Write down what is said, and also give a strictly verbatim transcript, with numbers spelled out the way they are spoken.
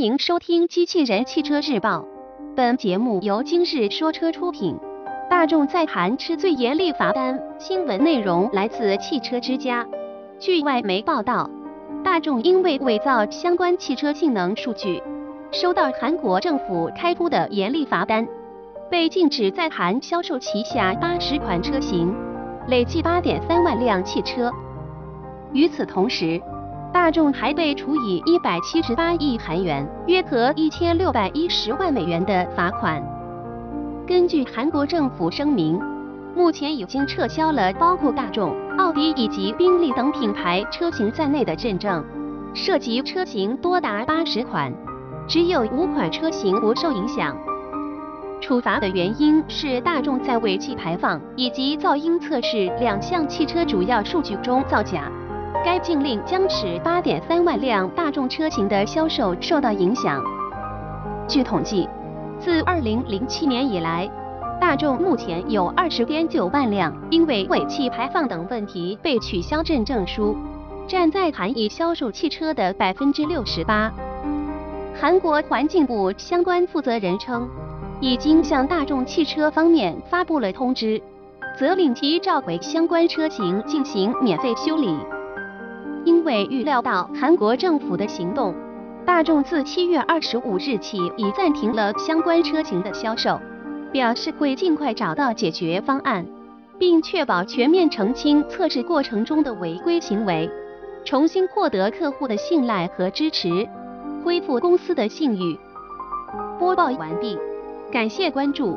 迎收听机器人汽车日报，本节目由今日说车出品。大众在韩吃最严厉罚单，新闻内容来自汽车之家。据外媒报道，大众因为伪造相关汽车性能数据，收到韩国政府开出的严厉罚单，被禁止在韩销售旗下八十款车型，累计 八点三万辆汽车。与此同时，大众还被处以一百七十八亿韩元，约合一千六百一十万美元的罚款。根据韩国政府声明，目前已经撤销了包括大众、奥迪以及宾利等品牌车型在内的认证，涉及车型多达八十款，只有五款车型不受影响。处罚的原因是大众在尾气排放以及噪音测试两项汽车主要数据中造假。该禁令将使 八点三万辆大众车型的销售受到影响。据统计，自二零零七年以来，大众目前有 二十点九万辆因为尾气排放等问题被取消认证书，占在韩已销售汽车的 百分之六十八。韩国环境部相关负责人称，已经向大众汽车方面发布了通知，责令其召回相关车型进行免费修理。因为预料到韩国政府的行动，大众自七月二十五日起已暂停了相关车型的销售，表示会尽快找到解决方案，并确保全面澄清测试过程中的违规行为，重新获得客户的信赖和支持，恢复公司的信誉。播报完毕，感谢关注。